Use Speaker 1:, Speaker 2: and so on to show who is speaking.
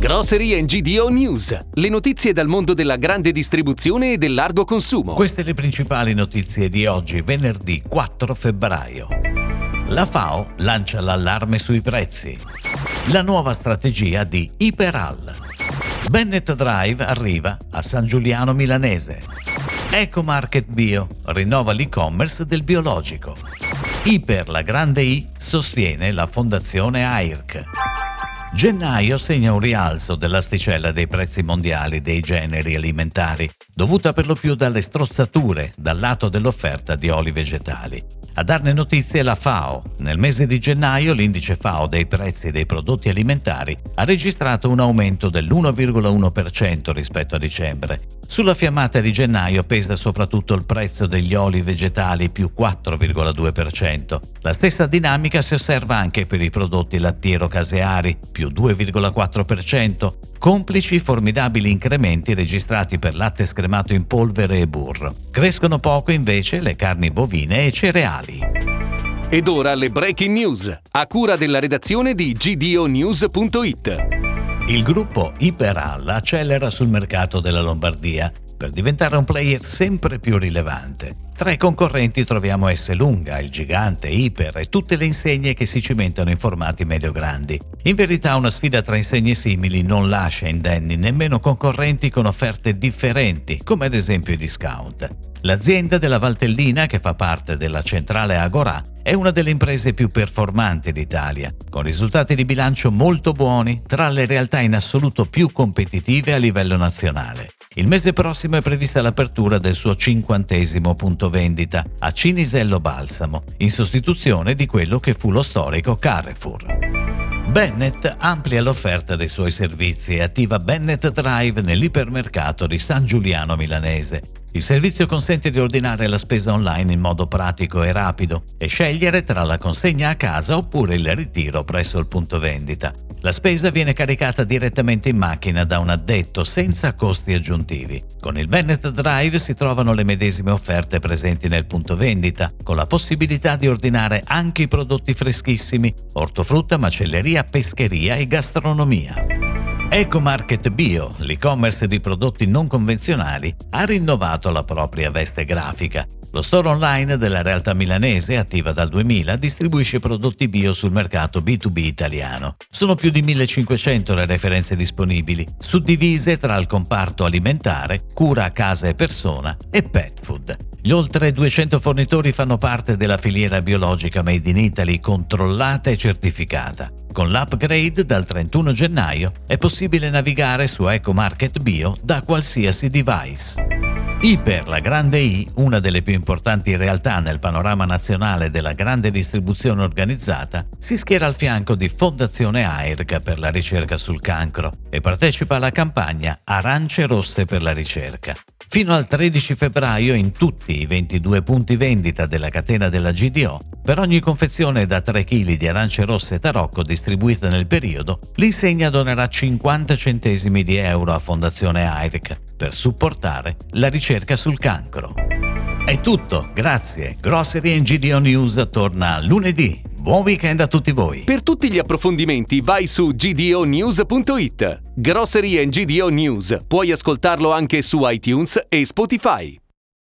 Speaker 1: Grocery & GDO News, le notizie dal mondo della grande distribuzione e del largo consumo.
Speaker 2: Queste le principali notizie di oggi, venerdì 4 febbraio. La FAO lancia l'allarme sui prezzi. La nuova strategia di Iperal. Bennett Drive arriva a San Giuliano Milanese. Ecomarket Bio rinnova l'e-commerce del biologico. Iper la grande I sostiene la fondazione AIRC. Gennaio segna un rialzo dell'asticella dei prezzi mondiali dei generi alimentari, dovuta per lo più dalle strozzature dal lato dell'offerta di oli vegetali. A darne notizie è la FAO. Nel mese di gennaio l'indice FAO dei prezzi dei prodotti alimentari ha registrato un aumento dell'1,1% rispetto a dicembre. Sulla fiammata di gennaio pesa soprattutto il prezzo degli oli vegetali più 4,2%. La stessa dinamica si osserva anche per i prodotti lattiero-caseari più 2,4%, complici formidabili incrementi registrati per latte scremato in polvere e burro. Crescono poco invece le carni bovine e cereali.
Speaker 1: Ed ora le breaking news, a cura della redazione di gdonews.it.
Speaker 2: Il gruppo Iperal accelera sul mercato della Lombardia per diventare un player sempre più rilevante. Tra i concorrenti troviamo Esselunga, il gigante, Iper e tutte le insegne che si cimentano in formati medio-grandi. In verità una sfida tra insegne simili non lascia indenni nemmeno concorrenti con offerte differenti, come ad esempio i discount. L'azienda della Valtellina, che fa parte della centrale Agorà, è una delle imprese più performanti d'Italia, con risultati di bilancio molto buoni, tra le realtà in assoluto più competitive a livello nazionale. Il mese prossimo è prevista l'apertura del suo 50° punto vendita a Cinisello Balsamo, in sostituzione di quello che fu lo storico Carrefour. Bennett amplia l'offerta dei suoi servizi e attiva Bennett Drive nell'ipermercato di San Giuliano Milanese. Il servizio consente di ordinare la spesa online in modo pratico e rapido e scegliere tra la consegna a casa oppure il ritiro presso il punto vendita. La spesa viene caricata direttamente in macchina da un addetto senza costi aggiuntivi. Con il Bennett Drive si trovano le medesime offerte presenti nel punto vendita, con la possibilità di ordinare anche i prodotti freschissimi, ortofrutta, macelleria, pescheria e gastronomia. Ecomarket Bio, l'e-commerce di prodotti non convenzionali, ha rinnovato la propria veste grafica. Lo store online della realtà milanese, attiva dal 2000, distribuisce prodotti bio sul mercato B2B italiano. Sono più di 1500 le referenze disponibili, suddivise tra il comparto alimentare, cura a casa e persona e pet food. Gli oltre 200 fornitori fanno parte della filiera biologica Made in Italy controllata e certificata. Con l'upgrade dal 31 gennaio è possibile navigare su Ecomarket Bio da qualsiasi device. Iper la grande I, una delle più importanti realtà nel panorama nazionale della grande distribuzione organizzata, si schiera al fianco di Fondazione AIRC per la ricerca sul cancro e partecipa alla campagna Arance Rosse per la ricerca. Fino al 13 febbraio in tutti i 22 punti vendita della catena della GDO, per ogni confezione da 3 kg di arance rosse tarocco distribuita nel periodo, l'insegna donerà 50 centesimi di euro a Fondazione AIRC per supportare la ricerca sul cancro. È tutto, grazie. Grocery & GDO News torna lunedì. Buon weekend a tutti voi.
Speaker 1: Per tutti gli approfondimenti vai su gdonews.it. Grocery & GDO News. Puoi ascoltarlo anche su iTunes e Spotify.